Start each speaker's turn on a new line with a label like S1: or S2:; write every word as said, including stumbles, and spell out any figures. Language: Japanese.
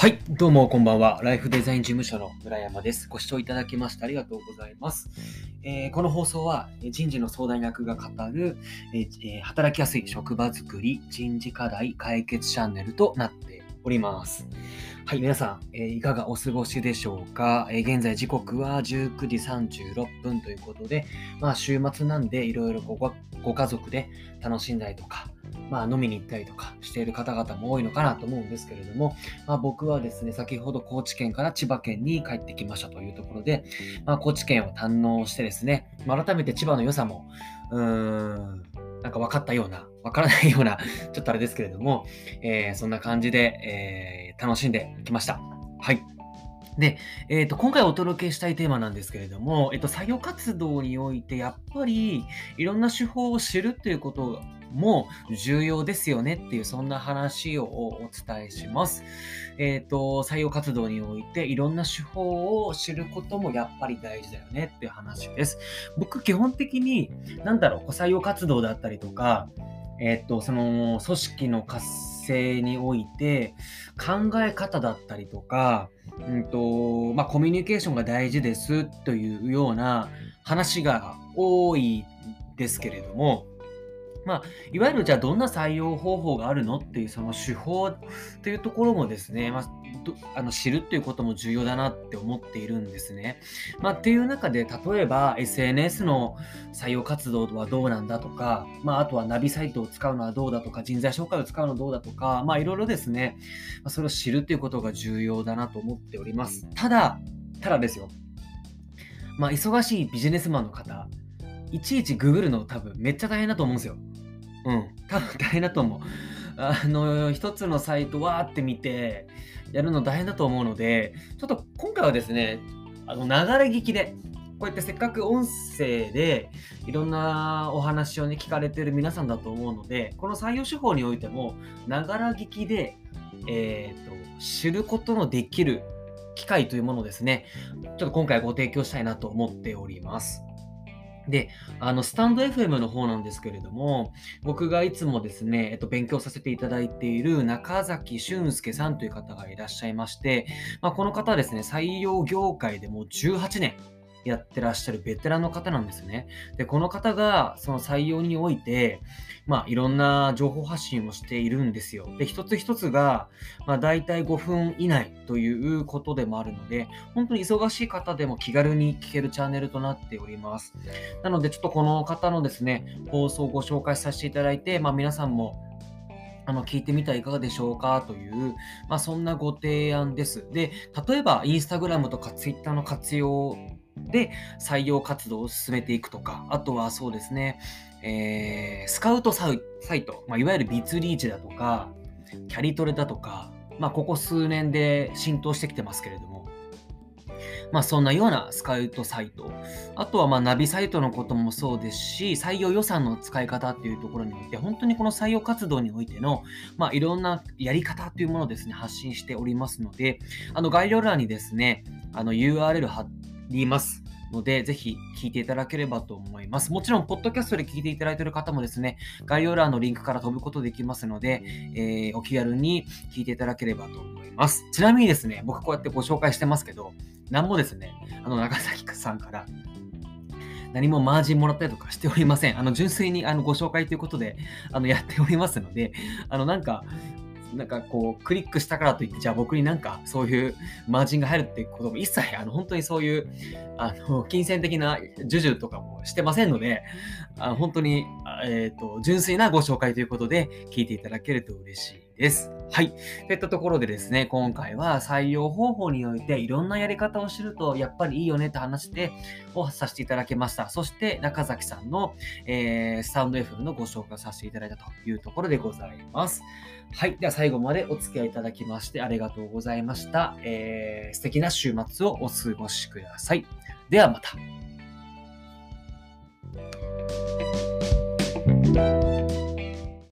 S1: はい、どうもこんばんは。ライフデザイン事務所の村山です。ご視聴いただきましてありがとうございます。えーこの放送はえー人事の相談役が語る、えーえー働きやすい職場づくり、人事課題解決チャンネルとなっております。はい、皆さん、えーいかがお過ごしでしょうか。えー現在時刻はじゅうくじさんじゅうろっぷんということで、まあ週末なんでいろいろごごご家族で楽しんだりとか、まあ飲みに行ったりとかしている方々も多いのかなと思うんですけれども、まあ、僕はですね、先ほど高知県から千葉県に帰ってきましたというところで、まあ、高知県を堪能してですね、まあ改めて千葉の良さも、うーん、なんか分かったような、分からないような、ちょっとあれですけれども、えーそんな感じで、えー楽しんできました。はい。で、えっと、今回お届けしたいテーマなんですけれども、えっと、採用活動において、やっぱりいろんな手法を知るっていうことも重要ですよねっていう、そんな話をお伝えします。えっと、採用活動においていろんな手法を知ることもやっぱり大事だよねっていう話です。僕、基本的に、なんだろう、こう採用活動だったりとか、えっと、その組織の活性において考え方だったりとか、うんと、まあ、コミュニケーションが大事ですというような話が多いですけれども、まあ、いわゆるじゃあどんな採用方法があるのっていうその手法というところもですね、まあ、どあの知るっていうことも重要だなって思っているんですね。まあ、っていう中で例えば エスエヌエス の採用活動はどうなんだとか、まあ、あとはナビサイトを使うのはどうだとか、人材紹介を使うのはどうだとか、まあいろいろですね、まあ、それを知るっていうことが重要だなと思っております。ただ、ただですよ。まあ忙しいビジネスマンの方、いちいちググるの多分めっちゃ大変だと思うんですよ。うん、多分大変だと思う。あの、一つのサイトわーって見て、やるの大変だと思うので、ちょっと今回はですね、あの、ながら聞きで、こうやってせっかく音声でいろんなお話をね、聞かれてる皆さんだと思うので、この採用手法においても、ながら聞きで、えっと、知ることのできる機会というものをですね、ちょっと今回ご提供したいなと思っております。で、あの、スタンド エフエム の方なんですけれども、僕がいつもですね、えっと、勉強させていただいている中崎俊介さんという方がいらっしゃいまして、まあ、この方はですね、採用業界でもうじゅうはちねんやってらっしゃるベテランの方なんですね。で、この方がその採用において、まあ、いろんな情報発信をしているんですよ。で、一つ一つが、まあ、大体ごふん以内ということでもあるので、本当に忙しい方でも気軽に聞けるチャンネルとなっております。なので、ちょっとこの方のですね、放送をご紹介させていただいて、まあ、皆さんもあの聞いてみてはいかがでしょうかという、まあ、そんなご提案です。で、例えばインスタグラムとかツイッターの活用で採用活動を進めていくとか、あとはそうですね、えースカウトサイサイト、まあ、いわゆるビツリーチだとか、キャリトレだとか、まあ、ここ数年で浸透してきてますけれども、まあ、そんなようなスカウトサイト。あとは、まあ、ナビサイトのこともそうですし、採用予算の使い方っていうところにおいて、本当にこの採用活動においての、まあ、いろんなやり方というものをですね、発信しておりますので、あの、概要欄にですね、あの、ユーアールエル 貼りますので、ぜひ聞いていただければと思います。もちろん、ポッドキャストで聞いていただいている方もですね、概要欄のリンクから飛ぶことできますので、えーお気軽に聞いていただければと思います。ちなみにですね、僕こうやってご紹介してますけど、なんもですね、あの、長崎さんから何もマージンもらったりとかしておりません。あの、純粋にあのご紹介ということで、あの、やっておりますので、あの、なんか、なんかこう、クリックしたからといって、じゃあ僕になんかそういうマージンが入るっていうことも一切、あの、本当にそういう、あの、金銭的な授受とかもしてませんので、あの本当に、あえっと、純粋なご紹介ということで聞いていただけると嬉しいです。はい。といったところでですね、今回は採用方法においていろんなやり方を知るとやっぱりいいよねって話でをさせていただきました。そして中崎さんの、えースタンド エフエム のご紹介をさせていただいたというところでございます。はい。では最後までお付き合いいただきましてありがとうございました。えー素敵な週末をお過ごしください。ではまた。